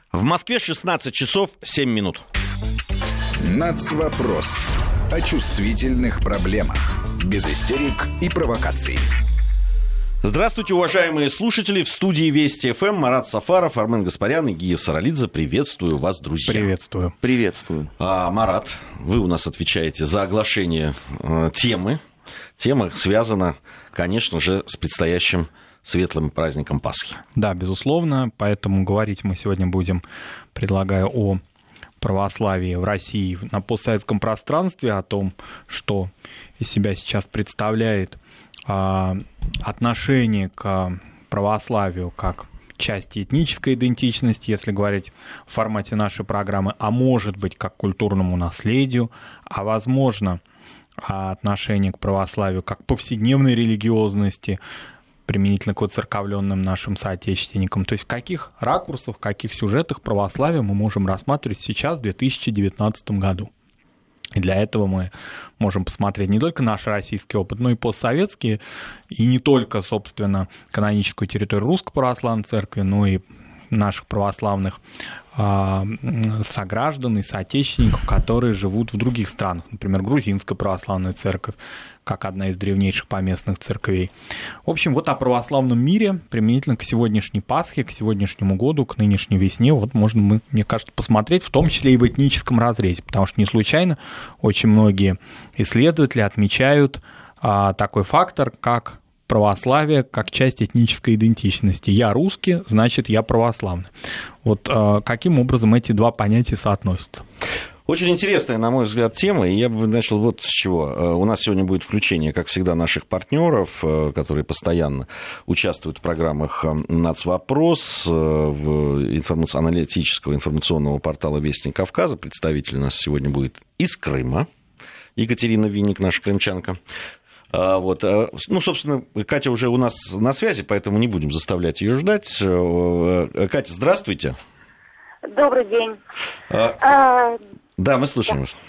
В Москве 16 часов 7 минут. Нацвопрос. О чувствительных проблемах. Без истерик и провокаций. Здравствуйте, уважаемые слушатели. В студии Вести ФМ Марат Сафаров, Армен Гаспарян и Гия Саралидзе. Приветствую вас, друзья. Приветствую. Марат, вы у нас отвечаете за оглашение темы. Тема связана, конечно же, с предстоящим светлым праздником Пасхи. Да, безусловно. Поэтому говорить мы сегодня будем, предлагаю, о православии в России на постсоветском пространстве, о том, что из себя сейчас представляет отношение к православию как части этнической идентичности, если говорить в формате нашей программы, а может быть, как к культурному наследию, а возможно, отношение к православию как к повседневной религиозности, применительно к воцерковленным нашим соотечественникам. То есть в каких ракурсах, в каких сюжетах православия мы можем рассматривать сейчас, в 2019 году. И для этого мы можем посмотреть не только наш российский опыт, но и постсоветские, и не только, собственно, каноническую территорию Русской Православной Церкви, но и наших православных сограждан и соотечественников, которые живут в других странах, например, Грузинская Православная Церковь, как одна из древнейших поместных церквей. В общем, вот о православном мире применительно к сегодняшней Пасхе, к сегодняшнему году, к нынешней весне, вот можно, мне кажется, посмотреть, в том числе и в этническом разрезе, потому что не случайно очень многие исследователи отмечают такой фактор, как православие как часть этнической идентичности. Я русский, значит, я православный. Вот каким образом эти два понятия соотносятся? Очень интересная, на мой взгляд, тема, и я бы начал вот с чего. У нас сегодня будет включение, как всегда, наших партнеров, которые постоянно участвуют в программах «Нацвопрос», в аналитического информационного портала «Вестник Кавказа». Представитель у нас сегодня будет из Крыма. Екатерина Винник, наша крымчанка. Вот. Ну, собственно, Катя уже у нас на связи, поэтому не будем заставлять ее ждать. Катя, здравствуйте. Добрый день. Да, мы слушаем вас.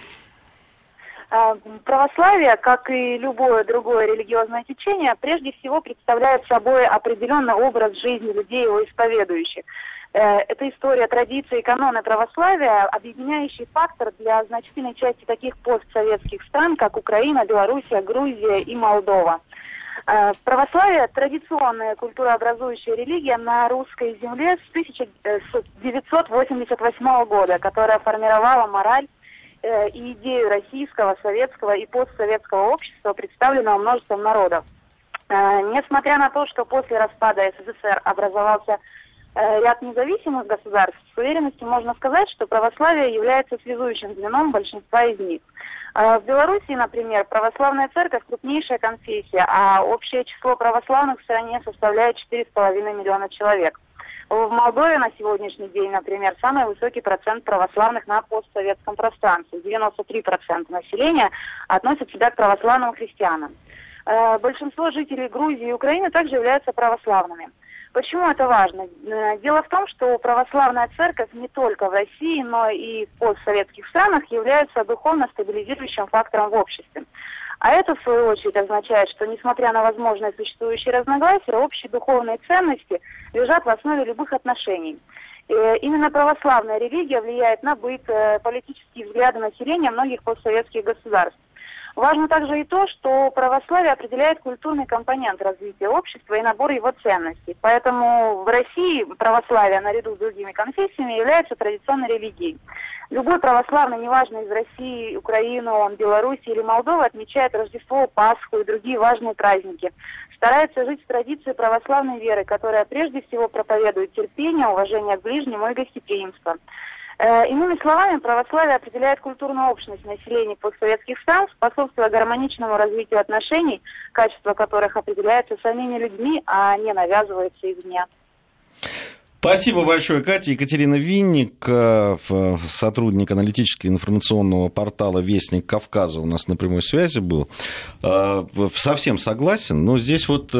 Православие, как и любое другое религиозное течение, прежде всего представляет собой определенный образ жизни людей, его исповедующих. Это история, традиции, каноны православия, объединяющий фактор для значительной части таких постсоветских стран, как Украина, Белоруссия, Грузия и Молдова. Православие – традиционная культурообразующая религия на русской земле с 1988 года, которая формировала мораль и идею российского, советского и постсоветского общества, представленного множеством народов. Несмотря на то, что после распада СССР образовался ряд независимых государств, с уверенностью можно сказать, что православие является связующим звеном большинства из них. В Белоруссии, например, православная церковь крупнейшая конфессия, а общее число православных в стране составляет 4,5 миллиона человек. В Молдове на сегодняшний день, например, самый высокий процент православных на постсоветском пространстве. 93% населения относят себя к православным христианам. Большинство жителей Грузии и Украины также являются православными. Почему это важно? Дело в том, что православная церковь не только в России, но и в постсоветских странах является духовно стабилизирующим фактором в обществе. А это, в свою очередь, означает, что, несмотря на возможные существующие разногласия, общие духовные ценности лежат в основе любых отношений. Именно православная религия влияет на быт, политические взгляды населения многих постсоветских государств. Важно также и то, что православие определяет культурный компонент развития общества и набор его ценностей. Поэтому в России православие, наряду с другими конфессиями, является традиционной религией. Любой православный, неважно из России, Украины, Белоруссии или Молдовы, отмечает Рождество, Пасху и другие важные праздники. Старается жить в традиции православной веры, которая прежде всего проповедует терпение, уважение к ближнему и гостеприимство. Иными словами, православие определяет культурную общность населения постсоветских стран, способствуя гармоничному развитию отношений, качество которых определяется самими людьми, а не навязывается извне. Спасибо большое, Катя. Екатерина Винник, сотрудник аналитического информационного портала «Вестник Кавказа», у нас на прямой связи был. Совсем согласен, но здесь вот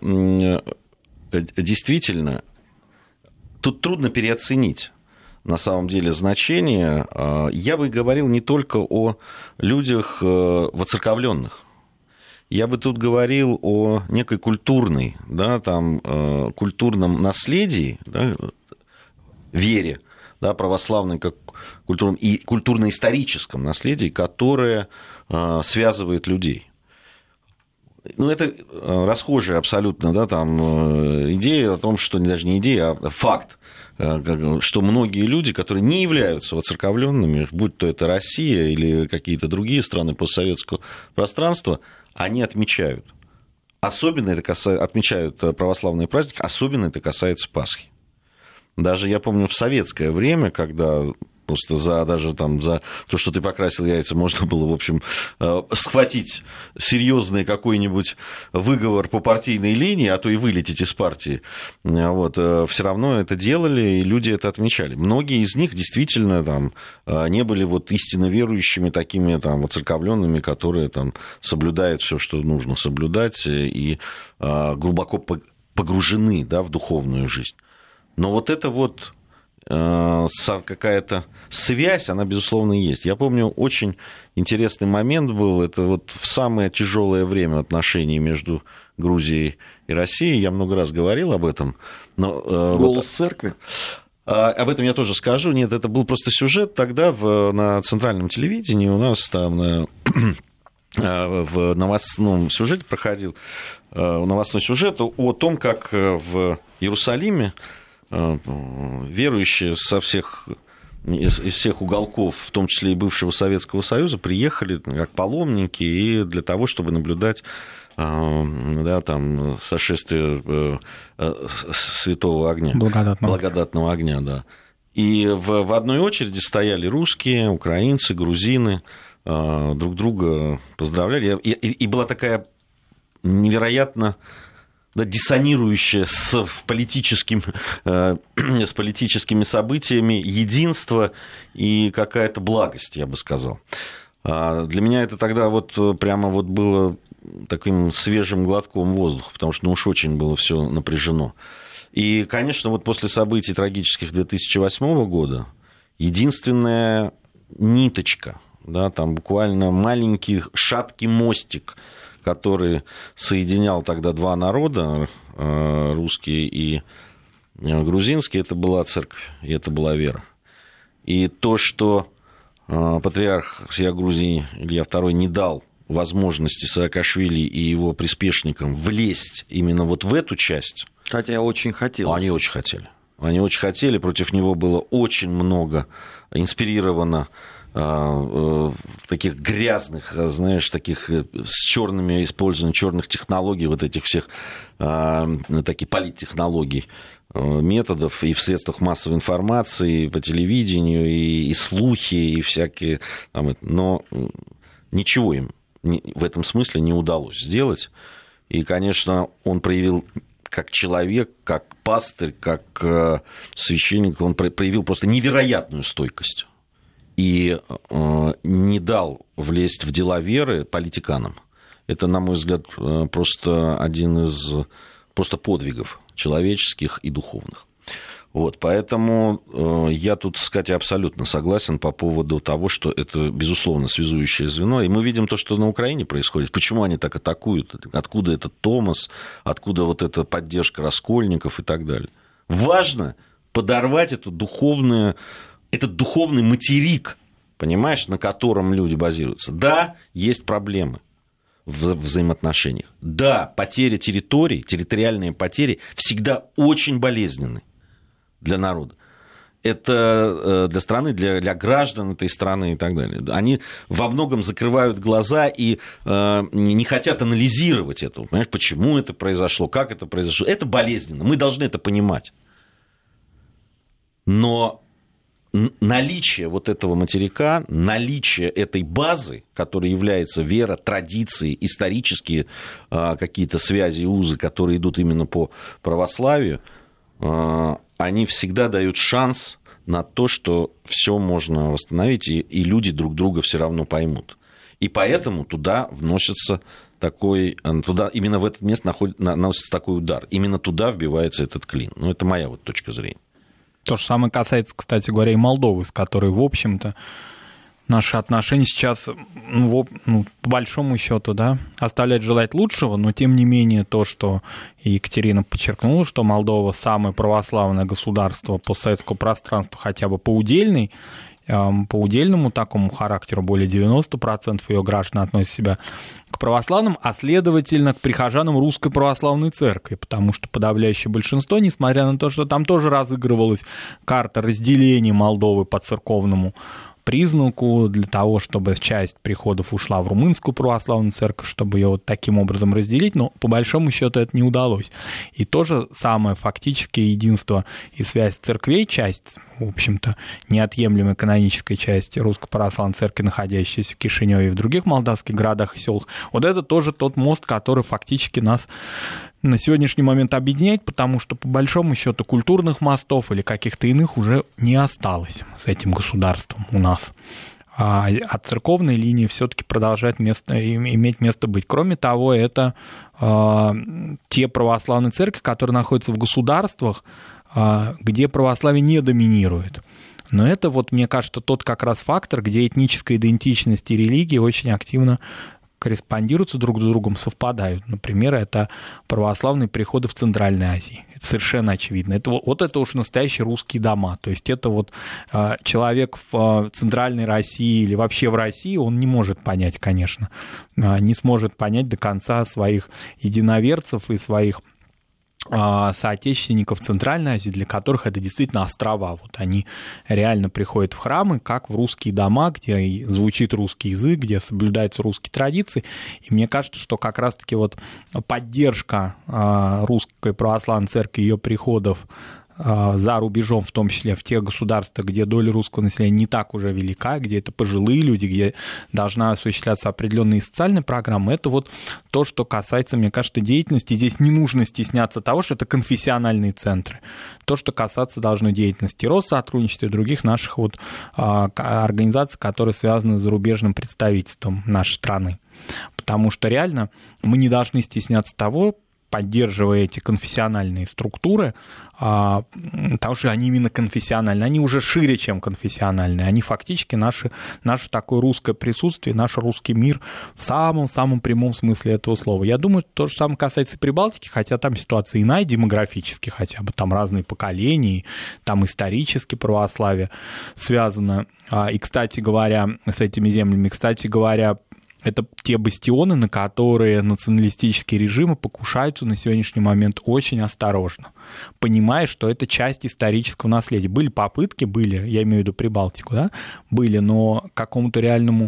действительно тут трудно переоценить на самом деле значение. Я бы говорил не только о людях воцерковленных. Я бы тут говорил о некой культурной, да, там, культурном наследии, да, вере, да, православной как культурном и культурно-историческом наследии, которое связывает людей. Ну, это расхожая абсолютно, да, там, идея о том, что даже не идея, а факт, что многие люди, которые не являются воцерковленными, будь то это Россия или какие-то другие страны постсоветского пространства, они отмечают. Особенно это отмечают православные праздники, особенно это касается Пасхи. Даже я помню в советское время, когда просто даже там, за то, что ты покрасил яйца, можно было, в общем, схватить серьезный какой-нибудь выговор по партийной линии, а то и вылететь из партии. Вот, все равно это делали, и люди это отмечали. Многие из них действительно там, не были вот истинно верующими, такими там, воцерковленными, которые там, соблюдают все, что нужно соблюдать, и глубоко погружены, да, в духовную жизнь. Но вот это вот какая-то связь, она, безусловно, есть. Я помню, очень интересный момент был, это вот в самое тяжелое время отношений между Грузией и Россией, я много раз говорил об этом. Но, «Голос церкви»? Об этом я тоже скажу. Нет, это был просто сюжет тогда на центральном телевидении, у нас там в новостном сюжете проходил новостной сюжет о том, как в Иерусалиме верующие из всех уголков, в том числе и бывшего Советского Союза, приехали как паломники и для того, чтобы наблюдать, да, там, сошествие святого огня, благодатного огня, да. И в одной очереди стояли русские, украинцы, грузины, друг друга поздравляли. И была такая невероятно, да, диссонирующее с политическими событиями единство и какая-то благость, я бы сказал. Для меня это тогда вот прямо вот было таким свежим глотком воздуха, потому что, ну, уж очень было все напряжено. И, конечно, вот после событий трагических 2008 года единственная ниточка, да, там буквально маленький шаткий мостик, который соединял тогда два народа, русский и грузинский, это была церковь, и это была вера. И то, что патриарх всея Грузии Илья II не дал возможности Саакашвили и его приспешникам влезть именно вот в эту часть. Хотя очень хотелось. Они очень хотели. Они очень хотели, против него было очень много инспирировано таких грязных, знаешь, таких с черными, использованием черных технологий, вот этих всех таких политтехнологий, методов и в средствах массовой информации, и по телевидению, и слухи, и всякие. Но ничего им в этом смысле не удалось сделать. И, конечно, он проявил как человек, как пастырь, как священник, он проявил просто невероятную стойкость. И не дал влезть в дела веры политиканам. Это, на мой взгляд, просто один из просто подвигов человеческих и духовных. Вот, поэтому я тут с Катей абсолютно согласен по поводу того, что это, безусловно, связующее звено. И мы видим то, что на Украине происходит. Почему они так атакуют? Откуда этот Томос? Откуда вот эта поддержка раскольников и так далее? Важно подорвать этот духовный материк, понимаешь, на котором люди базируются. Да, есть проблемы в взаимоотношениях. Да, потеря территорий, территориальные потери всегда очень болезненны для народа. Это для страны, для граждан этой страны и так далее. Они во многом закрывают глаза и не хотят анализировать это. Понимаешь, почему это произошло, как это произошло. Это болезненно, мы должны это понимать. Но наличие вот этого материка, наличие этой базы, которая является вера, традиции, исторические какие-то связи, узы, которые идут именно по православию, они всегда дают шанс на то, что все можно восстановить, и люди друг друга все равно поймут. И поэтому туда вносится именно в это место наносится такой удар. Именно туда вбивается этот клин. Ну, это моя вот точка зрения. То же самое касается, кстати говоря, и Молдовы, с которой, в общем-то, Наши отношения сейчас, по большому счету, да, оставляют желать лучшего, но тем не менее то, что Екатерина подчеркнула, что Молдова самое православное государство постсоветского пространства, хотя бы по удельному такому характеру, более 90% ее граждан относят себя к православным, а следовательно к прихожанам Русской Православной Церкви, потому что подавляющее большинство, несмотря на то, что там тоже разыгрывалась карта разделения Молдовы по церковному признаку для того, чтобы часть приходов ушла в Румынскую православную церковь, чтобы ее вот таким образом разделить, но по большому счету это не удалось. И то же самое фактически единство и связь церквей, часть, в общем-то, неотъемлемая каноническая часть Русской православной церкви, находящейся в Кишиневе и в других молдавских городах и селах, вот это тоже тот мост, который фактически нас на сегодняшний момент объединяет, потому что, по большому счету, культурных мостов или каких-то иных уже не осталось с этим государством у нас. А церковная линия все-таки продолжает иметь место быть. Кроме того, это те православные церкви, которые находятся в государствах, где православие не доминирует. Но это, вот, мне кажется, тот как раз фактор, где этническая идентичность и религия очень активно корреспондируются друг с другом, совпадают. Например, это православные приходы в Центральной Азии. Это совершенно очевидно. Это уж настоящие русские дома. То есть это вот человек в Центральной России или вообще в России, он не может понять, конечно, не сможет понять до конца своих единоверцев и своих соотечественников Центральной Азии, для которых это действительно острова. Вот они реально приходят в храмы, как в русские дома, где звучит русский язык, где соблюдаются русские традиции. И мне кажется, что как раз-таки вот поддержка Русской Православной Церкви, ее приходов за рубежом, в том числе в тех государствах, где доля русского населения не так уже велика, где это пожилые люди, где должна осуществляться определенные социальные программы, это вот то, что касается, мне кажется, деятельности. Здесь не нужно стесняться того, что это конфессиональные центры. То, что касаться должно деятельности Россотрудничества и других наших вот организаций, которые связаны с зарубежным представительством нашей страны. Потому что реально мы не должны стесняться того, поддерживая эти конфессиональные структуры, потому что они именно конфессиональные, они уже шире, чем конфессиональные, они фактически наше такое русское присутствие, наш русский мир в самом-самом прямом смысле этого слова. Я думаю, то же самое касается Прибалтики, хотя там ситуация иная демографически, хотя бы там разные поколения, там исторически православие связано, и, кстати говоря, с этими землями, это те бастионы, на которые националистические режимы покушаются на сегодняшний момент очень осторожно, понимая, что это часть исторического наследия. Были попытки, я имею в виду Прибалтику, да, были, но к какому-то реальному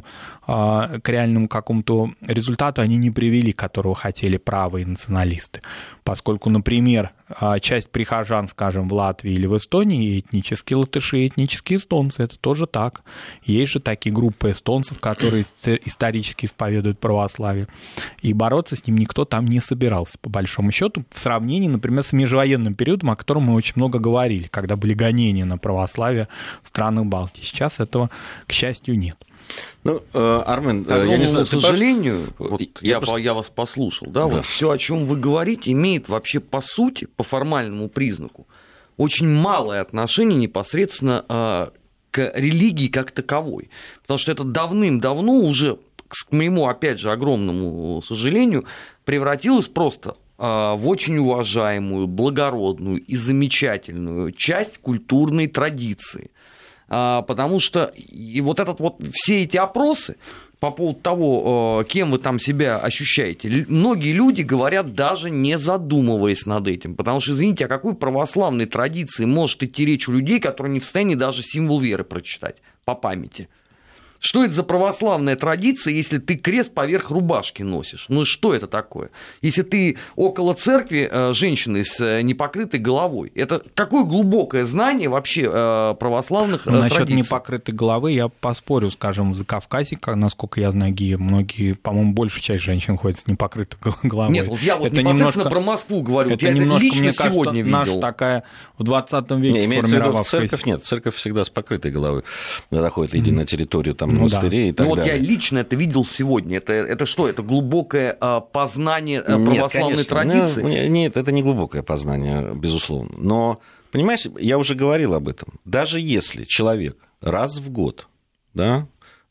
какому-то результату они не привели, которого хотели правые националисты. Поскольку, например, часть прихожан, скажем, в Латвии или в Эстонии этнические латыши, этнические эстонцы, это тоже так. Есть же такие группы эстонцев, которые исторически исповедуют православие. И бороться с ним никто там не собирался, по большому счету, в сравнении, например, с межвоенным периодом, о котором мы очень много говорили, когда были гонения на православие в странах Балтии. Сейчас этого, к счастью, нет. Ну, Армен, я не знаю, к сожалению, вот я вас послушал, да, вот все, о чем вы говорите, имеет вообще по сути, по формальному признаку, очень малое отношение непосредственно к религии как таковой, потому что это давным-давно уже, к моему, опять же, огромному сожалению, превратилось просто в очень уважаемую, благородную и замечательную часть культурной традиции. Потому что и все эти опросы по поводу того, кем вы там себя ощущаете, многие люди говорят, даже не задумываясь над этим. Потому что, извините, о какой православной традиции может идти речь у людей, которые не в состоянии даже символ веры прочитать по памяти? Что это за православная традиция, если ты крест поверх рубашки носишь? Ну что это такое? Если ты около церкви женщины с непокрытой головой, это какое глубокое знание вообще православных традиций? Насчет непокрытой головы я поспорю, скажем, в Закавказье, насколько я знаю, многие, по-моему, большая часть женщин ходит с непокрытой головой. Нет, вот я это непосредственно про Москву говорю, это немножко, лично мне кажется, сегодня видел. Наша такая в 20 веке сформировавшаяся. Церковь всегда с покрытой головой заходит на территорию монастырей и так далее. Вот я лично это видел сегодня. Это что? Это глубокое познание православной традиции? Нет, это не глубокое познание, безусловно. Но, понимаешь, я уже говорил об этом. Даже если человек раз в год, да,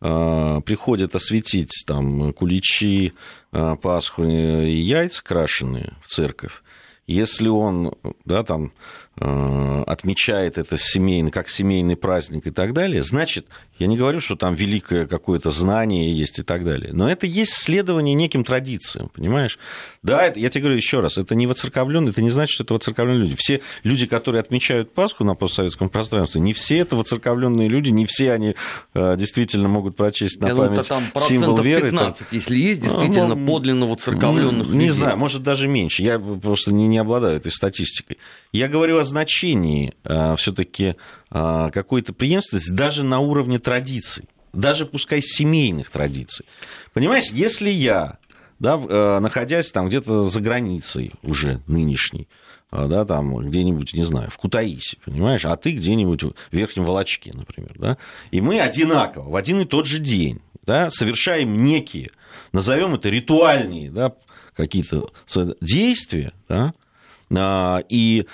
приходит осветить там куличи, Пасху и яйца крашеные в церковь, если он, да, там, отмечает это как семейный праздник и так далее, значит, я не говорю, что там великое какое-то знание есть и так далее, но это есть следование неким традициям, понимаешь? Да, я тебе говорю еще раз, это не воцерковленные, это не значит, что это воцерковленные люди. Все люди, которые отмечают Пасху на постсоветском пространстве, не все это воцерковленные люди, не все они действительно могут прочесть на память символ веры. 15, если есть действительно подлинно воцерковленных людей. Не знаю, может даже меньше, я просто не обладаю этой статистикой. Я говорю о значении все-таки какой-то преемственности даже на уровне традиций, даже пускай семейных традиций. Понимаешь, если я, да, находясь там где-то за границей уже нынешней, да, там где-нибудь, не знаю, в Кутаиси, понимаешь, а ты где-нибудь в Верхнем Волочке, например, да, и мы одинаково в один и тот же день, да, совершаем некие, назовем это ритуальные, да, какие-то действия, да, и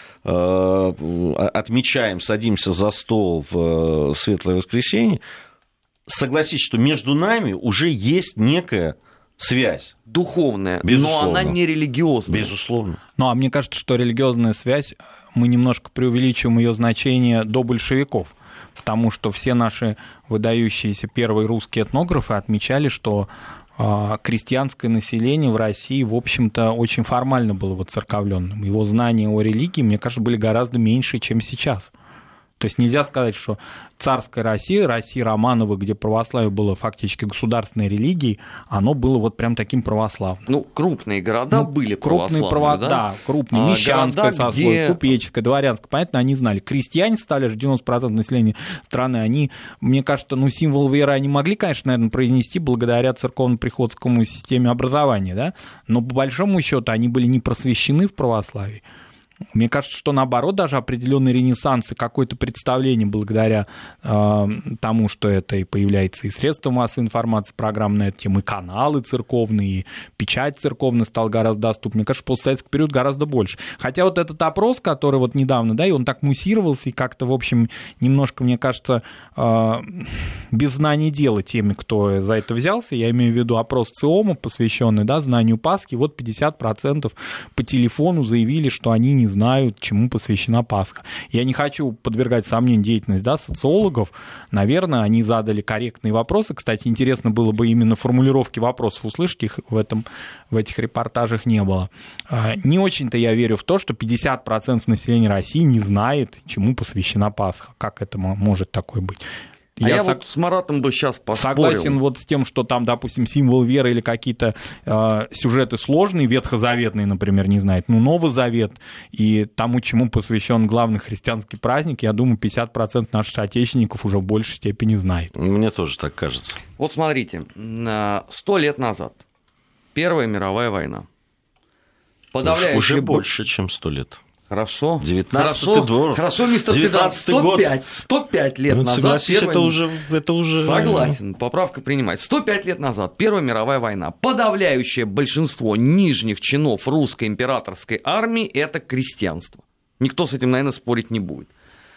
отмечаем, садимся за стол в Светлое Воскресенье, согласись, что между нами уже есть некая связь. Духовная, безусловно, но она не религиозная. Безусловно. Ну, а мне кажется, что религиозная связь, мы немножко преувеличиваем ее значение до большевиков, потому что все наши выдающиеся первые русские этнографы отмечали, что крестьянское население в России, в общем-то, очень формально было воцерковленным. Его знания о религии, мне кажется, были гораздо меньше, чем сейчас. То есть нельзя сказать, что царская Россия, Россия Романовы, где православие было фактически государственной религией, оно было вот прям таким православным. Ну, крупные города были православные, да, крупные, мещанское сословие, купеческое, дворянское, понятно, они знали. Крестьяне стали же 90% населения страны, они, мне кажется, ну, символ веры они могли, конечно, наверное, произнести благодаря церковно-приходскому системе образования, да, но по большому счету они были не просвещены в православии. Мне кажется, что наоборот, даже определенный ренессанс и какое-то представление благодаря тому, что это и появляется и средства массовой информации, программы на эту тему, и каналы церковные, и печать церковная стала гораздо доступнее. Мне кажется, в постсоветский период гораздо больше. Хотя вот этот опрос, который вот недавно, да, и он так муссировался, и как-то, в общем, немножко, мне кажется, без знаний дела теми, кто за это взялся, я имею в виду опрос ЦИОМа, посвященный, да, знанию Пасхи, вот 50% по телефону заявили, что они не знают, чему посвящена Пасха. Я не хочу подвергать сомнению деятельность, да, социологов. Наверное, они задали корректные вопросы. Кстати, интересно было бы именно формулировки вопросов услышать, их в этих репортажах не было. Не очень-то я верю в то, что 50% населения России не знает, чему посвящена Пасха. Как это может такое быть? Я вот с Маратом бы сейчас поспорил. Согласен вот с тем, что там, допустим, символ веры или какие-то сюжеты сложные, ветхозаветные, например, не знает, ну, Новый Завет, и тому, чему посвящен главный христианский праздник, я думаю, 50% наших соотечественников уже в большей степени знает. Мне тоже так кажется. Вот смотрите, 100 лет назад, Первая мировая война. Уже больше, чем 100 лет. Хорошо. 19-й год. Хорошо, мистер Педан, 105 лет назад. Согласись, это уже... Согласен, поправка принимается. 105 лет назад, Первая мировая война. Подавляющее большинство нижних чинов русской императорской армии – это крестьянство. Никто с этим, наверное, спорить не будет.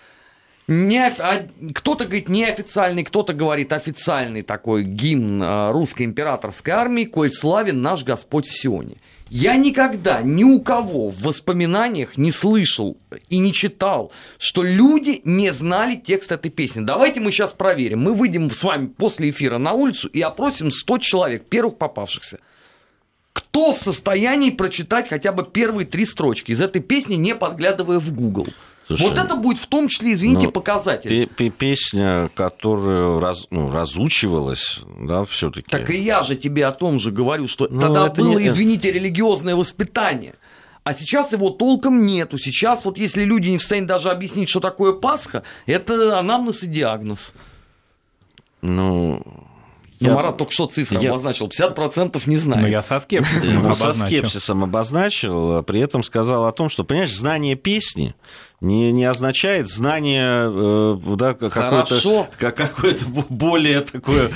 Кто-то говорит неофициальный, кто-то говорит официальный такой гимн русской императорской армии «Коль славен наш Господь в Сионе». Я никогда ни у кого в воспоминаниях не слышал и не читал, что люди не знали текст этой песни. Давайте мы сейчас проверим. Мы выйдем с вами после эфира на улицу и опросим 100 человек, первых попавшихся. Кто в состоянии прочитать хотя бы первые 3 строчки из этой песни, не подглядывая в Google? Слушай, вот это будет в том числе, извините, показатель. Песня, которая разучивалась, да, все-таки. Так и я же тебе о том же говорю, что тогда было, извините, религиозное воспитание. А сейчас его толком нету. Сейчас вот если люди не в состоянии даже объяснить, что такое Пасха, это анамнез и диагноз. Марат только что цифру обозначил, 50% не знают. Но я со скепсисом обозначил. При этом сказал о том, что, понимаешь, знание песни не означает знание какое-то более такое,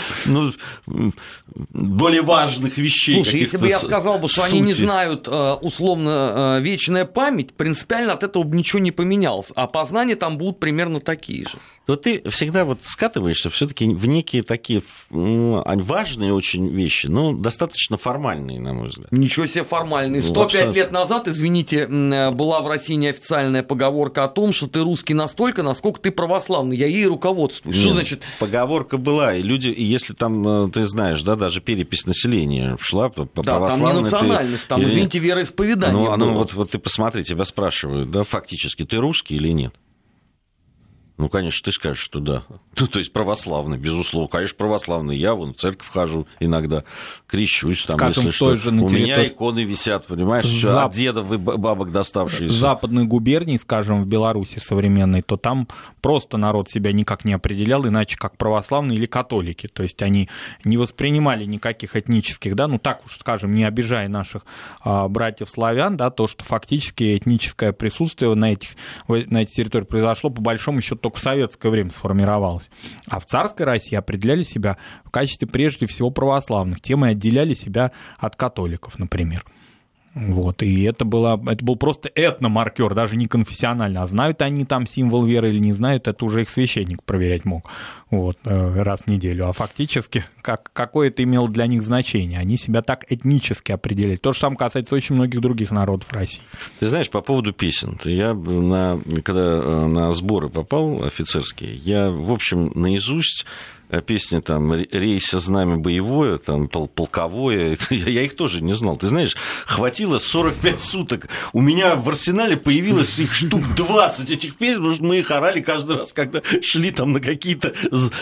более важных вещей. Слушай, если бы я сказал бы, что они не знают условно вечная память, принципиально от этого бы ничего не поменялось, а познания там будут примерно такие же. То ты всегда скатываешься все-таки в некие такие важные очень вещи, но достаточно формальные, на мой взгляд. Ничего себе формальные. 105 лет назад, извините, была в России неофициальная поговорка о том, что ты русский настолько, насколько ты православный. Я ей руководствуюсь. Что значит? Поговорка была, и люди, если там, ты знаешь, да, даже перепись населения шла по православной... Да, там не национальность, там, извините, вероисповедание было. Вот ты посмотри, тебя спрашивают, да, фактически, ты русский или нет? Ну, конечно, ты скажешь, что да. То есть православный, безусловно. Конечно, православный. Я в церковь хожу иногда, крещусь. Там, скажем, если что. Же на у меня иконы висят, понимаешь, от дедов и бабок доставшиеся. В западной губернии, скажем, в Беларуси современной, то там просто народ себя никак не определял, иначе как православные или католики. То есть они не воспринимали никаких этнических, да, ну так уж скажем, не обижая наших братьев-славян, да, то, что фактически этническое присутствие на этой территории произошло, по большому счету, только в советское время сформировалось. А в царской России определяли себя в качестве прежде всего православных. Тем и отделяли себя от католиков, например. Вот. И это был просто этномаркер, даже не конфессионально. А знают они там символ веры или не знают, это уже их священник проверять мог раз в неделю. А фактически какое это имело для них значение. Они себя так этнически определяли. То же самое касается очень многих других народов России. Ты знаешь, по поводу песен. Я, когда на сборы попал офицерские, я, в общем, наизусть песни там «Рейся, знамя боевое», там «Полковое», я их тоже не знал. Ты знаешь, хватило 45 суток. У меня в арсенале появилось их штук 20 этих песен, потому что мы их орали каждый раз, когда шли там на какие-то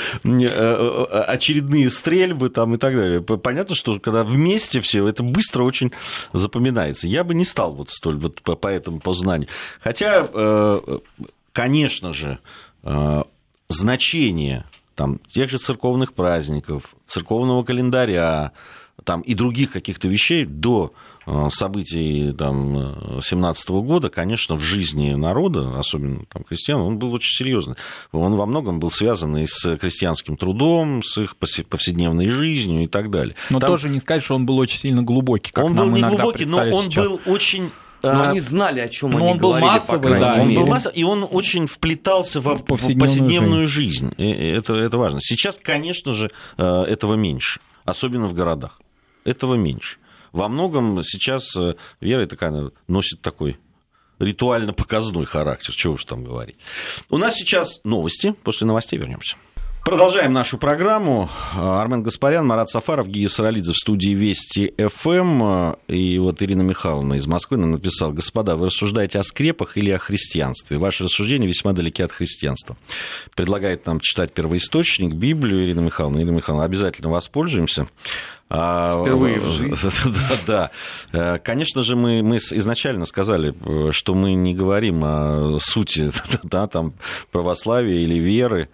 очередные стрельбы там и так далее. Понятно, что когда вместе все, это быстро очень запоминается. Я бы не стал столь по этому познанию. Хотя, конечно же, значение там, тех же церковных праздников, церковного календаря там, и других каких-то вещей до событий 17 года, конечно, в жизни народа, особенно там, крестьян, он был очень серьезный. Он во многом был связан и с крестьянским трудом, с их повседневной жизнью и так далее. Но там... тоже не сказать, что он был очень сильно глубокий, как он нам был не иногда глубокий, но он сейчас. был очень... Но они знали, о чем они он был говорили, массовый, по крайней мере. Он был массовый, и он очень вплетался в повседневную жизнь. Это важно. Сейчас, конечно же, этого меньше, особенно в городах. Этого меньше. Во многом сейчас вера такая носит такой ритуально-показной характер, чего уж там говорить. У нас сейчас новости, после новостей вернемся. Продолжаем нашу программу. Армен Гаспарян, Марат Сафаров, Гия Саралидзе в студии Вести ФМ. И вот Ирина Михайловна из Москвы нам написала: господа, вы рассуждаете о скрепах или о христианстве? Ваши рассуждения весьма далеки от христианства. Предлагает нам читать первоисточник, Библию. Ирина Михайловна, обязательно воспользуемся. Впервые в жизни. Да. Конечно же, мы изначально сказали, что мы не говорим о сути там, православия или веры.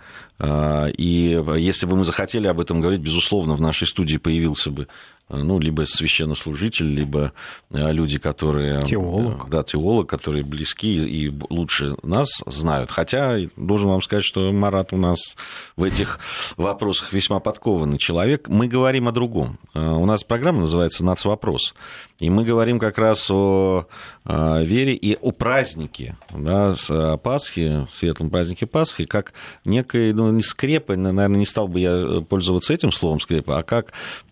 И если бы мы захотели об этом говорить, безусловно, в нашей студии появился бы либо священнослужитель, либо люди, которые... Теолог. Да, теолог, которые близки и лучше нас знают. Хотя, должен вам сказать, что Марат у нас в этих вопросах весьма подкованный человек. Мы говорим о другом. У нас программа называется «Нацвопрос». И мы говорим как раз о вере и о празднике, да, Пасхи, светлом празднике Пасхи, как некой, не скрепой, наверное, не стал бы я пользоваться этим словом скрепа, а как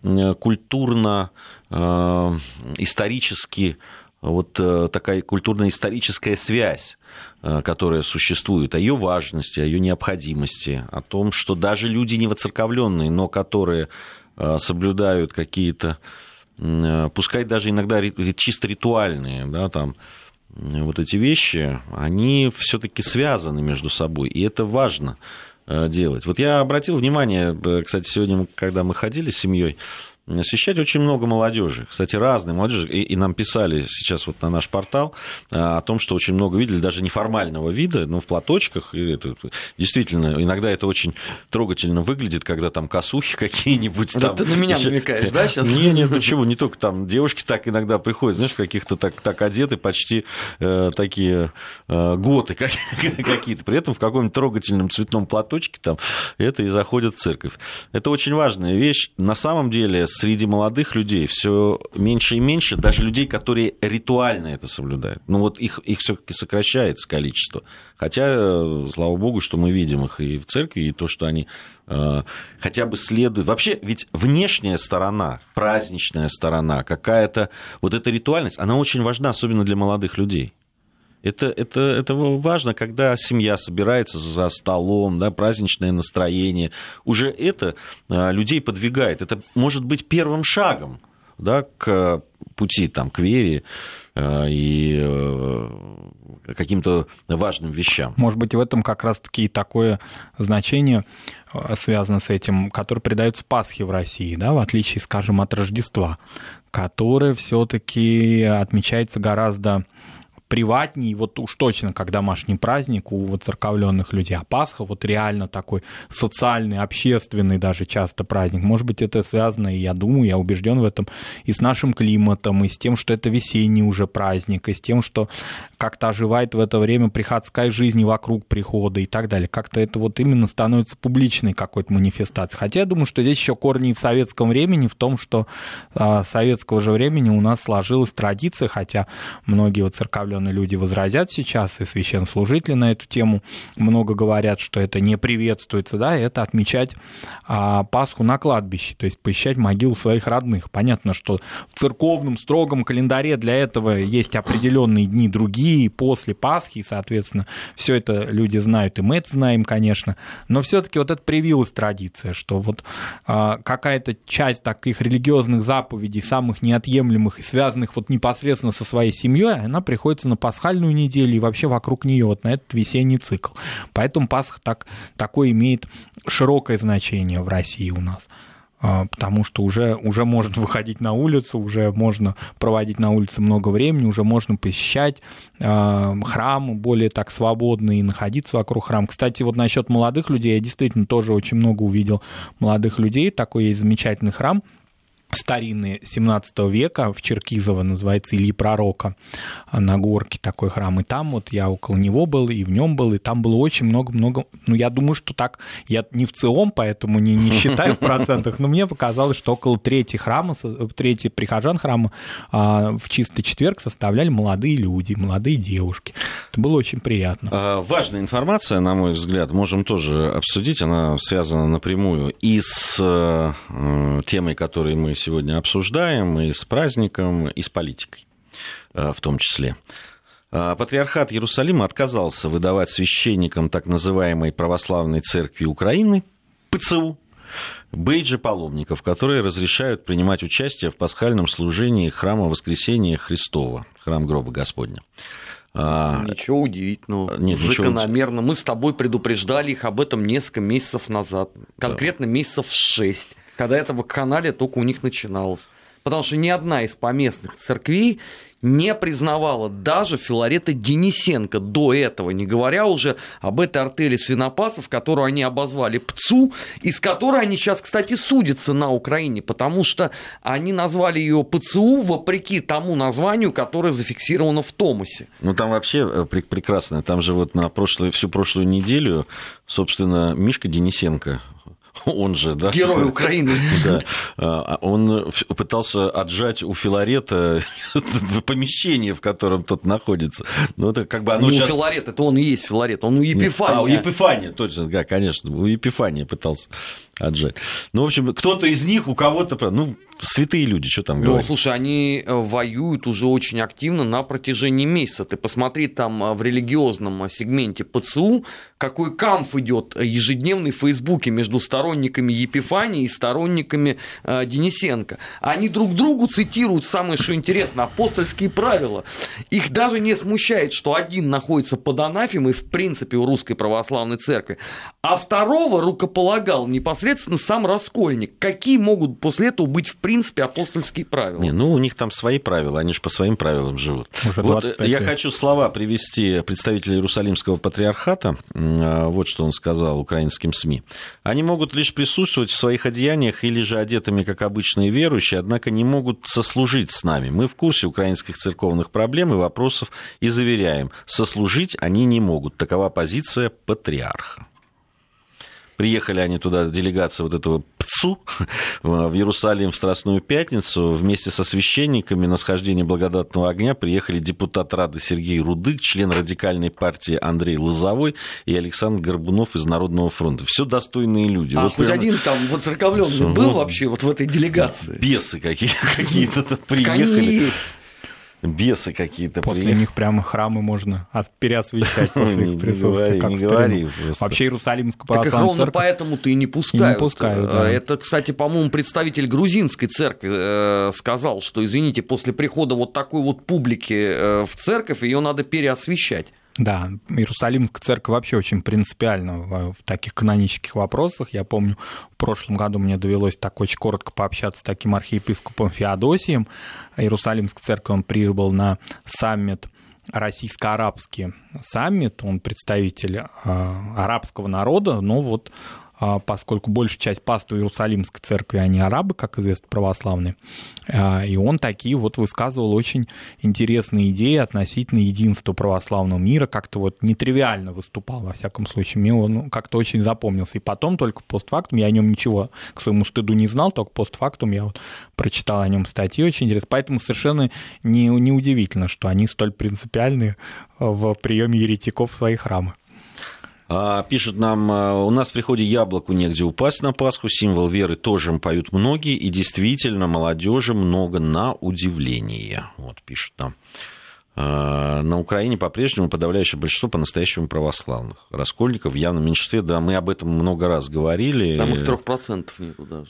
культурно-исторически, такая культурно-историческая связь, которая существует, о ее важности, о ее необходимости, о том, что даже люди невоцерковленные, но которые соблюдают какие-то, пускай даже иногда чисто ритуальные, да, там, вот эти вещи, они все-таки связаны между собой, и это важно делать. Вот я обратил внимание, кстати, сегодня, когда мы ходили с семьей освещать очень много молодежи. Кстати, разной молодежи. И нам писали сейчас вот на наш портал о том, что очень много видели даже неформального вида, но в платочках. И это, действительно, иногда это очень трогательно выглядит, когда там косухи какие-нибудь. Да, ты на меня намекаешь, да, сейчас? Нет, почему? Не только там девушки так иногда приходят, знаешь, каких-то так одеты, почти такие готы какие-то. При этом в каком-нибудь трогательном цветном платочке там это и заходит в церковь. Это очень важная вещь. На самом деле среди молодых людей все меньше и меньше, даже людей, которые ритуально это соблюдают. Ну вот их все-таки сокращается количество. Хотя, слава богу, что мы видим их и в церкви, и то, что они хотя бы следуют. Вообще, ведь внешняя сторона, праздничная сторона, какая-то вот эта ритуальность, она очень важна, особенно для молодых людей. Это важно, когда семья собирается за столом, да, праздничное настроение. Уже это людей подвигает. Это может быть первым шагом, да, к пути там, к вере и каким-то важным вещам. Может быть, в этом как раз-таки и такое значение связано с этим, которое придается Пасхе в России, да, в отличие, скажем, от Рождества, которое все-таки отмечается гораздо приватней, вот уж точно, как домашний праздник у воцерковленных людей. А Пасха вот реально такой социальный, общественный даже часто праздник. Может быть, это связано, и я думаю, я убежден в этом, и с нашим климатом, и с тем, что это весенний уже праздник, и с тем, что как-то оживает в это время приходская жизнь вокруг прихода и так далее. Как-то это вот именно становится публичной какой-то манифестацией. Хотя я думаю, что здесь еще корни и в советском времени, в том, что с советского же времени у нас сложилась традиция, хотя многие воцерковленные люди возразят сейчас, и священнослужители на эту тему много говорят, что это не приветствуется, да, это отмечать Пасху на кладбище, то есть посещать могилы своих родных. Понятно, что в церковном строгом календаре для этого есть определенные дни другие, после Пасхи, и, соответственно, все это люди знают, и мы это знаем, конечно, но все-таки вот это привилась традиция, что вот какая-то часть таких религиозных заповедей, самых неотъемлемых и связанных вот непосредственно со своей семьей, она приходится на пасхальную неделю и вообще вокруг нее, вот на этот весенний цикл. Поэтому Пасха такое имеет широкое значение в России у нас, потому что уже можно выходить на улицу, уже можно проводить на улице много времени, уже можно посещать храмы более так свободно и находиться вокруг храма. Кстати, вот насчет молодых людей, я действительно тоже очень много увидел молодых людей, такой есть замечательный храм, старинный 17 века, в Черкизово, называется Ильи Пророка, на горке такой храм, и там вот я около него был, и в нем был, и там было очень много, ну, я думаю, что так, я не в ЦИОМ, поэтому не считаю в процентах, но мне показалось, что около трети прихожан храма в чистый четверг составляли молодые люди, молодые девушки. Это было очень приятно. Важная информация, на мой взгляд, можем тоже обсудить, она связана напрямую и с темой, которую мы сегодня обсуждаем, и с праздником, и с политикой в том числе. Патриархат Иерусалима отказался выдавать священникам так называемой Православной Церкви Украины, ПЦУ, бейджи паломников, которые разрешают принимать участие в пасхальном служении храма Воскресения Христова, храм гроба Господня. Ничего удивительного. Нет, закономерно. Мы с тобой предупреждали их об этом несколько месяцев назад. Конкретно месяцев 6. Когда это в канале только у них начиналось. Потому что ни одна из поместных церквей не признавала даже Филарета Денисенко до этого, не говоря уже об этой артели свинопасов, которую они обозвали ПЦУ, и с которой они сейчас, кстати, судятся на Украине, потому что они назвали ее ПЦУ вопреки тому названию, которое зафиксировано в Томосе. Ну, там вообще прекрасно. Там же вот всю прошлую неделю, собственно, Мишка Денисенко, он же, да? Герой Украины. Да. Он пытался отжать у Филарета помещение, в котором тот находится. Ну, это как бы оно сейчас... у Филарета, это он и есть Филарет, он у Епифания. У Епифания, точно, да, конечно, у Епифания пытался отжать. Ну, в общем, кто-то из них, у кого-то, ну, святые люди, что там говорить. Ну, слушай, они воюют уже очень активно на протяжении месяца. Ты посмотри там в религиозном сегменте ПЦУ, какой камф идет ежедневный в Фейсбуке между сторонниками Епифании и сторонниками Денисенко. Они друг другу цитируют, самое что интересно, апостольские правила. Их даже не смущает, что один находится под анафемой, в принципе, у Русской Православной Церкви, а второго рукополагал непосредственно непосредственно сам раскольник. Какие могут после этого быть, в принципе, апостольские правила? У них там свои правила, они же по своим правилам живут. Вот я хочу слова привести представителя Иерусалимского патриархата. Вот что он сказал украинским СМИ. Они могут лишь присутствовать в своих одеяниях или же одетыми, как обычные верующие, однако не могут сослужить с нами. Мы в курсе украинских церковных проблем и вопросов и заверяем, сослужить они не могут. Такова позиция патриарха. Приехали они туда, делегация вот этого ПЦУ, в Иерусалим в Страстную Пятницу. Вместе со священниками на схождение благодатного огня приехали депутат Рады Сергей Рудык, член радикальной партии Андрей Лозовой и Александр Горбунов из Народного фронта. Все достойные люди. А вот хоть один там воцерковленный был вообще вот в этой делегации? Бесы какие-то приехали. Бесы какие-то. После них прямо храмы можно переосвещать после их присутствия. Не говори. Вообще Иерусалимская православная церковь... Так их ровно поэтому-то и не пускают. Да. Это, кстати, по-моему, представитель грузинской церкви сказал, что, извините, после прихода вот такой вот публики в церковь ее надо переосвещать. Да, Иерусалимская церковь вообще очень принципиальна в таких канонических вопросах. Я помню, в прошлом году мне довелось так очень коротко пообщаться с таким архиепископом Феодосием. Иерусалимской церкви он прибыл на саммит, российско-арабский саммит, он представитель арабского народа, но вот поскольку большая часть паствы Иерусалимской церкви, они арабы, как известно, православные, и он такие вот высказывал очень интересные идеи относительно единства православного мира, как-то вот нетривиально выступал, во всяком случае, мне он как-то очень запомнился, и потом только постфактум, я о нем ничего к своему стыду не знал, только постфактум я вот прочитал о нем статьи очень интересные, поэтому совершенно неудивительно, что они столь принципиальны в приеме еретиков в свои храмы. Пишут нам, у нас в приходе яблоку негде упасть на Пасху, символ веры тоже поют многие, и действительно молодежи много на удивление. Вот пишут нам. На Украине по-прежнему подавляющее большинство по-настоящему православных. Раскольников в явном меньшинстве, да, мы об этом много раз говорили. Там их 3% нету даже.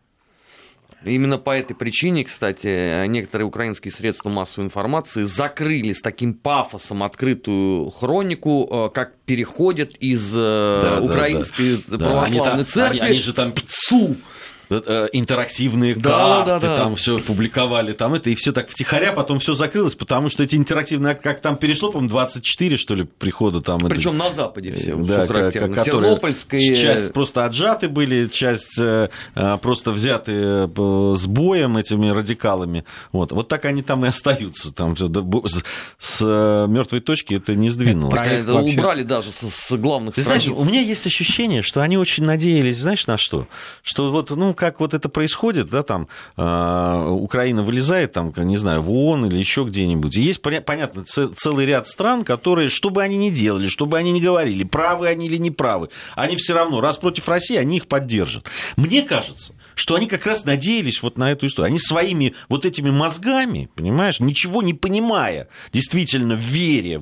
Именно по этой причине, кстати, некоторые украинские средства массовой информации закрыли с таким пафосом открытую хронику, как переходят из украинской православной церкви они же там ПЦУ. Интерактивные карты, там все публиковали, там это, и все так втихаря, потом все закрылось, потому что эти интерактивные, как там перешло, по-моему, 24, что ли, прихода там. Причем на Западе все, да, что характерно. В Тернопольской... Часть просто отжаты были, часть просто взяты с боем этими радикалами. Вот так они там и остаются. Там с мертвой точки это не сдвинулось. Это вообще... убрали даже с главных страниц. Знаешь, у меня есть ощущение, что они очень надеялись, знаешь, на что? Что вот, как вот это происходит, да, там Украина вылезает, там, не знаю, в ООН или еще где-нибудь. И есть, понятно, целый ряд стран, которые, что бы они ни делали, что бы они ни говорили, правы они или не правы, они все равно, раз против России, они их поддержат. Мне кажется, что они как раз надеялись вот на эту историю. Они своими вот этими мозгами, понимаешь, ничего не понимая, действительно в вере,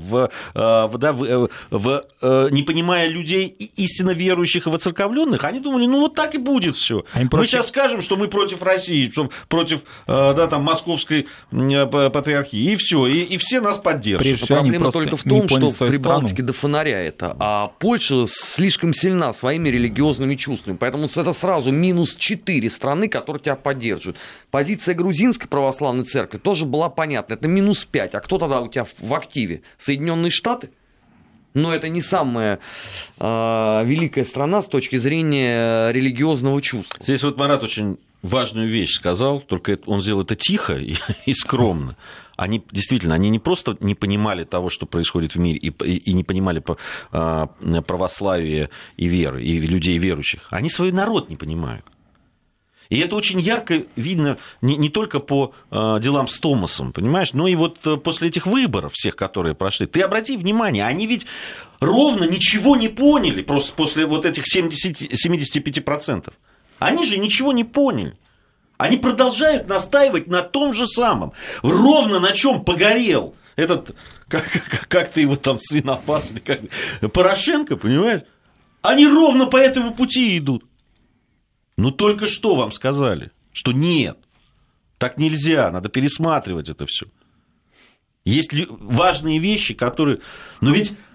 не понимая людей истинно верующих и воцерковленных, они думали, вот так и будет все. Мы сейчас скажем, что мы против России, что против там, московской патриархии, и все, и все нас поддержат. Проблема только в том, что в Прибалтике до фонаря это, а Польша слишком сильна своими религиозными чувствами, поэтому это сразу -4 страны, которые тебя поддерживают. Позиция грузинской православной церкви тоже была понятна, это -5, а кто тогда у тебя в активе? Соединенные Штаты? Но это не самая великая страна с точки зрения религиозного чувства. Здесь вот Марат очень важную вещь сказал, только он сделал это тихо и скромно. Они действительно, они не просто не понимали того, что происходит в мире, и не понимали православия и веры, и людей верующих. Они свой народ не понимают. И это очень ярко видно не только по делам с Томасом, понимаешь, но и вот после этих выборов всех, которые прошли. Ты обрати внимание, они ведь ровно ничего не поняли просто после вот этих 75%. Они же ничего не поняли. Они продолжают настаивать на том же самом. Ровно на чем погорел этот, как ты его там, свинопас, или как, Порошенко, понимаешь? Они ровно по этому пути идут. Только что вам сказали, что нет, так нельзя, надо пересматривать это все. Есть важные вещи, которые... Но ведь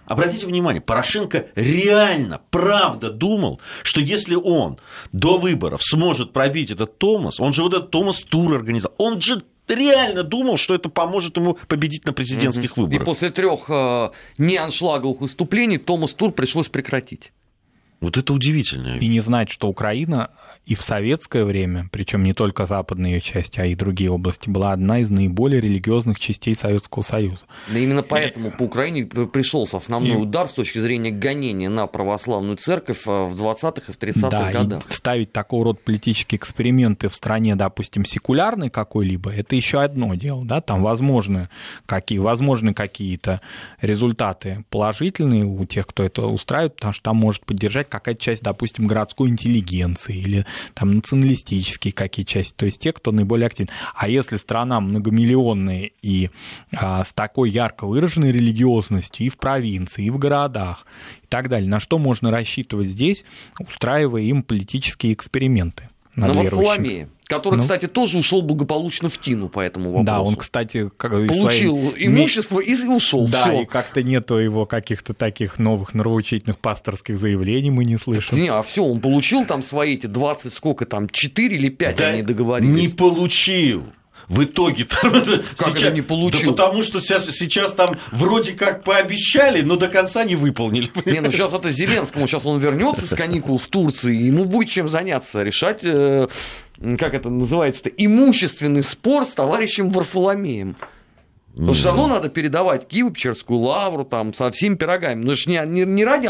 обратите внимание, Порошенко реально, правда думал, что если он до выборов сможет пробить этот Томос, он же вот этот Томос-тур организовал, он же реально думал, что это поможет ему победить на президентских выборах. И после 3 неаншлаговых выступлений Томос-тур пришлось прекратить. Вот это удивительно. И не знать, что Украина и в советское время, причем не только западная ее часть, а и другие области, была одна из наиболее религиозных частей Советского Союза. Да именно поэтому по Украине пришелся основной удар с точки зрения гонения на православную церковь в 20-х и в 30-х годах. И ставить такого рода политические эксперименты в стране, допустим, секулярной какой-либо, это еще одно дело. Да? Там возможны какие-то результаты положительные у тех, кто это устраивает, потому что там может поддержать какая-то часть, допустим, городской интеллигенции или там националистические какие части, то есть те, кто наиболее активны. А если страна многомиллионная и с такой ярко выраженной религиозностью и в провинции, и в городах, и так далее, на что можно рассчитывать здесь, устраивая им политические эксперименты? На Варфоломея, который, кстати, тоже ушел благополучно в тину по этому вопросу. Да, он, кстати, получил имущество и ушел. Да, всё. И как-то нету его каких-то таких новых нравоучительных пасторских заявлений, мы не слышим. Не, все, он получил там свои эти 20, сколько там, 4 или 5 да они договорились. Не получил. В итоге как это не получил? Да потому что сейчас там вроде как пообещали, но до конца не выполнили. Не, ну сейчас это Зеленскому, сейчас он вернется с каникул в Турции, ему будет чем заняться, решать, как это называется-то, имущественный спор с товарищем Варфоломеем. Потому что все равно надо передавать Киево-Печерскую лавру там, со всеми пирогами. Ну, это же не ради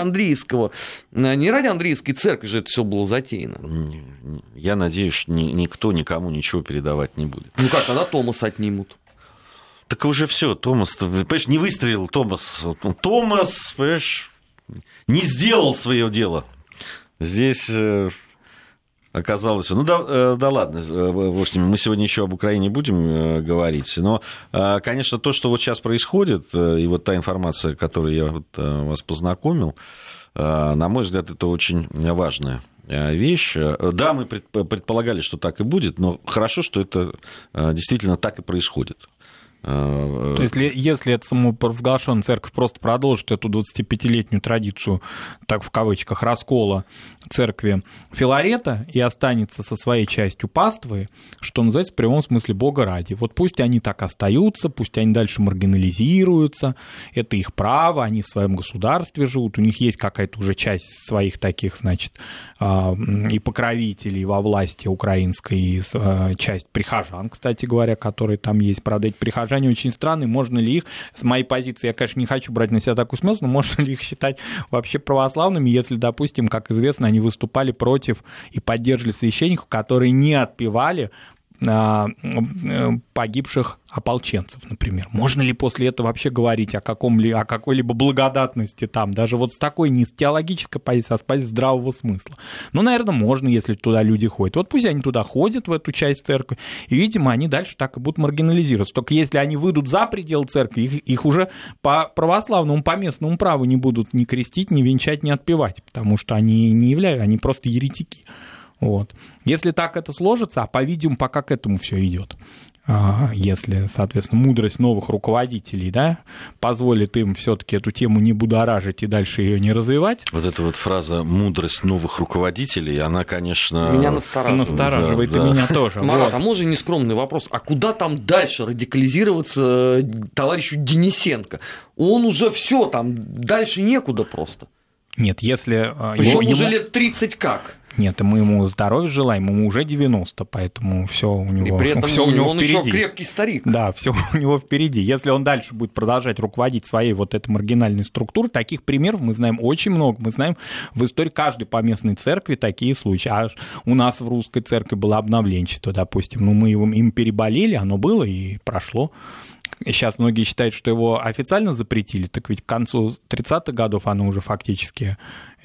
Андреевской церкви же это все было затеяно. Я надеюсь, что никто никому ничего передавать не будет. Ну как, тогда Томас отнимут. Так уже все, Томас, понимаешь, не выстрелил Томас. Томас, понимаешь, не сделал свое дело. Здесь... Оказалось, да ладно, в общем, мы сегодня еще об Украине будем говорить, но, конечно, то, что вот сейчас происходит, и вот та информация, которой я вас познакомил, на мой взгляд, это очень важная вещь. Да, мы предполагали, что так и будет, но хорошо, что это действительно так и происходит. То есть, если эта самопровозглашенная церковь просто продолжит эту 25-летнюю традицию, так в кавычках, раскола церкви Филарета и останется со своей частью паствы, что называется, в прямом смысле Бога ради. Вот пусть они так остаются, пусть они дальше маргинализируются, это их право, они в своем государстве живут, у них есть какая-то уже часть своих таких, значит, и покровителей во власти украинской, и часть прихожан, кстати говоря, которые там есть. Правда, эти прихожане очень странные, можно ли их, с моей позиции, я, конечно, не хочу брать на себя такую смелость, но можно ли их считать вообще православными, если, допустим, как известно, они выступали против и поддерживали священников, которые не отпевали погибших ополченцев, например. Можно ли после этого вообще говорить о какой-либо благодатности там, даже вот с такой не с теологической позиции, а с позиции здравого смысла? Ну, наверное, можно, если туда люди ходят. Вот пусть они туда ходят, в эту часть церкви, и, видимо, они дальше так и будут маргинализироваться. Только если они выйдут за пределы церкви, их уже по православному, по местному праву не будут ни крестить, ни венчать, ни отпевать, потому что они не являются, они просто еретики. Вот. Если так это сложится, а по-видимому, пока к этому все идет, если, соответственно, мудрость новых руководителей, да, позволит им все-таки эту тему не будоражить и дальше ее не развивать. Вот эта вот фраза «мудрость новых руководителей», она, конечно... Меня настораживает. Да. И меня тоже. Марат, а можно нескромный вопрос? А куда там дальше радикализироваться товарищу Денисенко? Он уже все там, дальше некуда просто. Нет, если... Причем уже лет 30 как? Нет, мы ему здоровья желаем, ему уже 90, поэтому все у него, и при этом всё у него он впереди. Еще крепкий старик. Да, все у него впереди. Если он дальше будет продолжать руководить своей вот этой маргинальной структурой, таких примеров мы знаем очень много. Мы знаем в истории каждой поместной церкви такие случаи. А у нас в русской церкви было обновленчество, допустим. Ну, мы им переболели, оно было и прошло. Сейчас многие считают, что его официально запретили, так ведь к концу 30-х годов оно уже фактически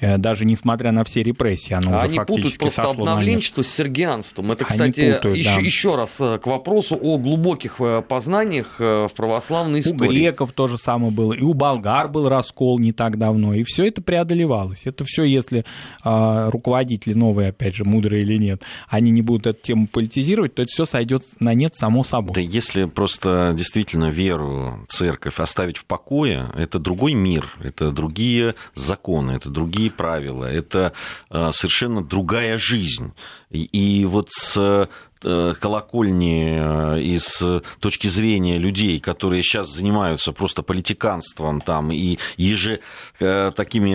даже несмотря на все репрессии, оно уже фактически путают просто обновленчество с сергианством. Это, кстати, еще раз к вопросу о глубоких познаниях в православной истории. У греков то же самое было, и у болгар был раскол не так давно, и все это преодолевалось. Это все, если руководители новые, опять же, мудрые или нет, они не будут эту тему политизировать, то это все сойдет на нет само собой. Да если просто действительно веру, церковь оставить в покое, это другой мир, это другие законы, это другие правила, это совершенно другая жизнь. И вот с колокольни и с точки зрения людей, которые сейчас занимаются просто политиканством там, и такими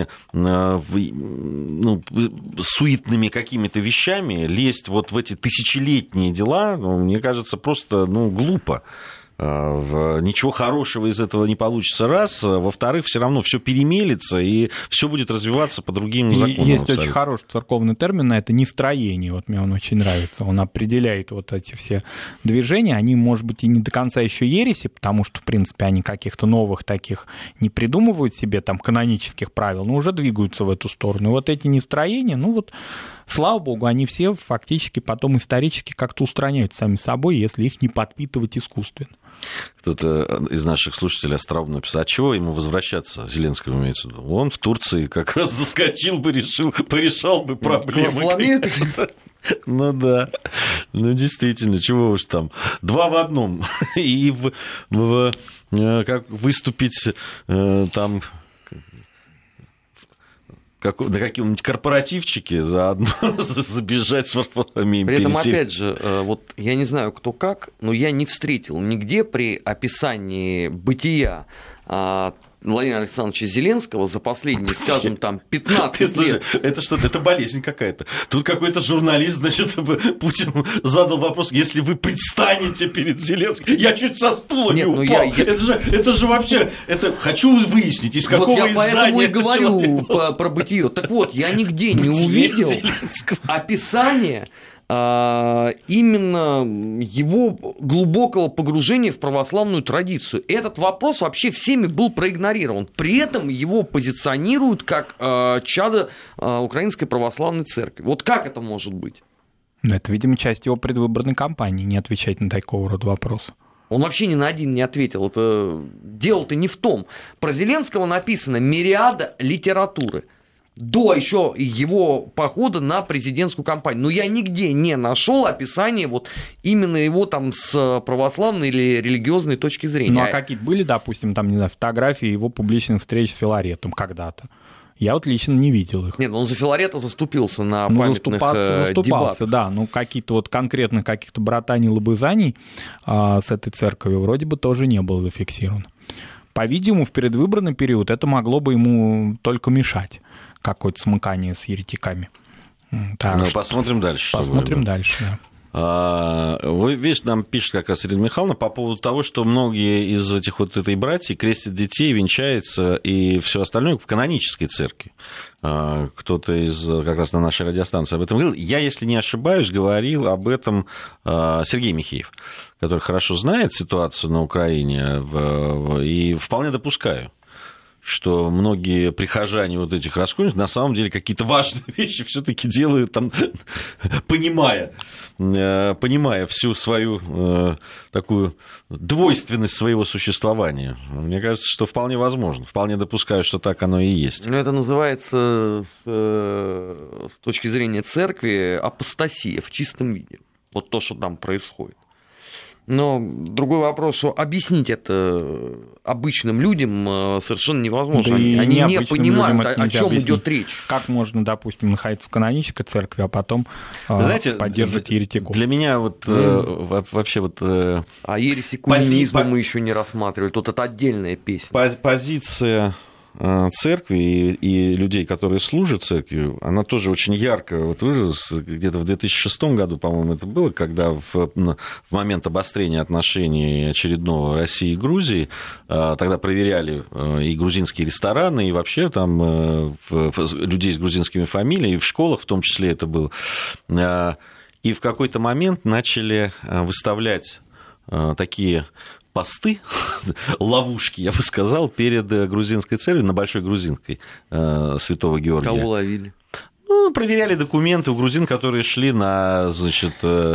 суетными какими-то вещами, лезть вот в эти тысячелетние дела, мне кажется, просто глупо. Ничего хорошего из этого не получится, раз. Во-вторых, все равно все перемелится, и все будет развиваться по другим законам. Есть абсолютно очень хороший церковный термин на это — нестроение. Вот мне он очень нравится. Он определяет вот эти все движения. Они, может быть, и не до конца еще ереси, потому что, в принципе, они каких-то новых таких не придумывают себе, там, канонических правил, но уже двигаются в эту сторону. И вот эти нестроения, слава богу, они все фактически потом исторически как-то устраняются сами собой, если их не подпитывать искусственно. Кто-то из наших слушателей остроумно написал, а чего ему возвращаться, Зеленскому имеется в виду? Он в Турции как раз заскочил бы, порешал бы проблемы. Ну да, действительно, чего уж там, 2 в 1. И как выступить там... на каком-нибудь корпоративчике заодно забежать с варфоломеем. При этом, опять же, вот я не знаю, кто как, но я не встретил нигде при описании бытия Владимира Александровича Зеленского за последние, скажем, там, 15 лет. Это что-то, это болезнь какая-то. Тут какой-то журналист, значит, Путину задал вопрос, если вы предстанете перед Зеленским, я чуть со стула не упал. Это же вообще, хочу выяснить, из какого издания. Вот я поэтому и говорю про бытие. Так вот, я нигде не увидел описание именно его глубокого погружения в православную традицию. Этот вопрос вообще всеми был проигнорирован. При этом его позиционируют как чадо Украинской православной церкви. Вот как это может быть? Это, видимо, часть его предвыборной кампании, не отвечать на такого рода вопросы. Он вообще ни на один не ответил. Это дело-то не в том. Про Зеленского написано мириада литературы. До еще его похода на президентскую кампанию. Но я нигде не нашел описания вот именно его там с православной или религиозной точки зрения. Ну, а какие-то были, допустим, там, не знаю, фотографии его публичных встреч с Филаретом когда-то? Я вот лично не видел их. Нет, он за Филарета заступился на памятных заступался, да. Ну, какие-то вот конкретных каких-то братаний, лобызаний с этой церковью вроде бы тоже не было зафиксировано. По-видимому, в предвыборный период это могло бы ему только мешать. Какое-то смыкание с еретиками. Посмотрим дальше. Посмотрим дальше, да. Видишь, нам пишет как раз Ирина Михайловна по поводу того, что многие из этих вот этой братьи крестят детей, венчаются и все остальное в канонической церкви. Кто-то из как раз на нашей радиостанции об этом говорил. Я, если не ошибаюсь, говорил об этом Сергей Михеев, который хорошо знает ситуацию на Украине, и вполне допускаю, что многие прихожане вот этих раскольников на самом деле какие-то важные вещи все-таки делают, там, понимая всю свою такую двойственность своего существования. Мне кажется, что вполне возможно. Вполне допускаю, что так оно и есть. Но это называется с точки зрения церкви апостасия в чистом виде. Вот то, что там происходит. Но другой вопрос, что объяснить это обычным людям совершенно невозможно. Да они не понимают, о чем идет речь. Как можно, допустим, находиться в канонической церкви, а потом поддерживать еретиков? Для меня вот вообще вот... А ереси коммунизма мы еще не рассматривали. Тут это отдельная песня. Позиция церкви и людей, которые служат церкви, она тоже очень ярко вот выразилась. Где-то в 2006 году, по-моему, это было, когда в момент обострения отношений очередного России и Грузии, тогда проверяли и грузинские рестораны, и вообще там людей с грузинскими фамилиями, и в школах в том числе это было. И в какой-то момент начали выставлять такие посты, ловушки, я бы сказал, перед грузинской церковью, на Большой Грузинской Святого Георгия. Кого ловили? Ну, проверяли документы у грузин, которые шли на, значит,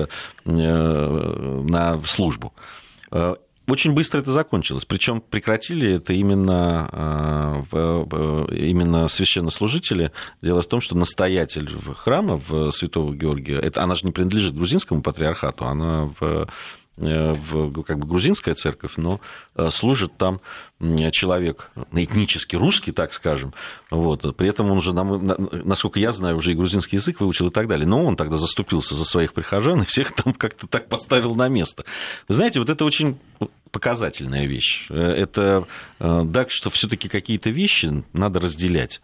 на службу. Очень быстро это закончилось. Причем прекратили это именно священнослужители. Дело в том, что настоятель храма в Святого Георгия, она же не принадлежит грузинскому патриархату, она как бы грузинская церковь, но служит там человек этнически русский, так скажем. Вот. При этом он уже, насколько я знаю, уже и грузинский язык выучил и так далее. Но он тогда заступился за своих прихожан и всех там как-то так поставил на место. Вы знаете, вот это очень показательная вещь. Это так, что все-таки какие-то вещи надо разделять.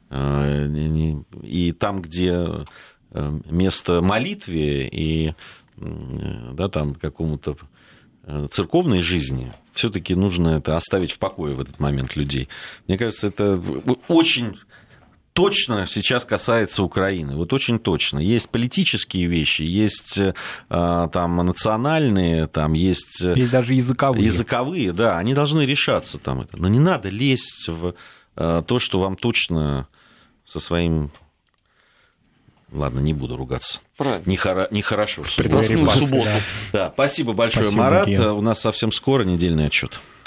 И там, где место молитве и там какому-то церковной жизни, все-таки нужно это оставить в покое в этот момент людей. Мне кажется, это очень точно сейчас касается Украины. Вот очень точно. Есть политические вещи, есть там национальные, там есть даже языковые. Языковые, да, они должны решаться там это. Но не надо лезть в то, что вам точно со своим... Ладно, не буду ругаться. Правильно. Нехорошо. В предновую субботу. Да, спасибо большое, спасибо, Марат. У нас совсем скоро недельный отчет.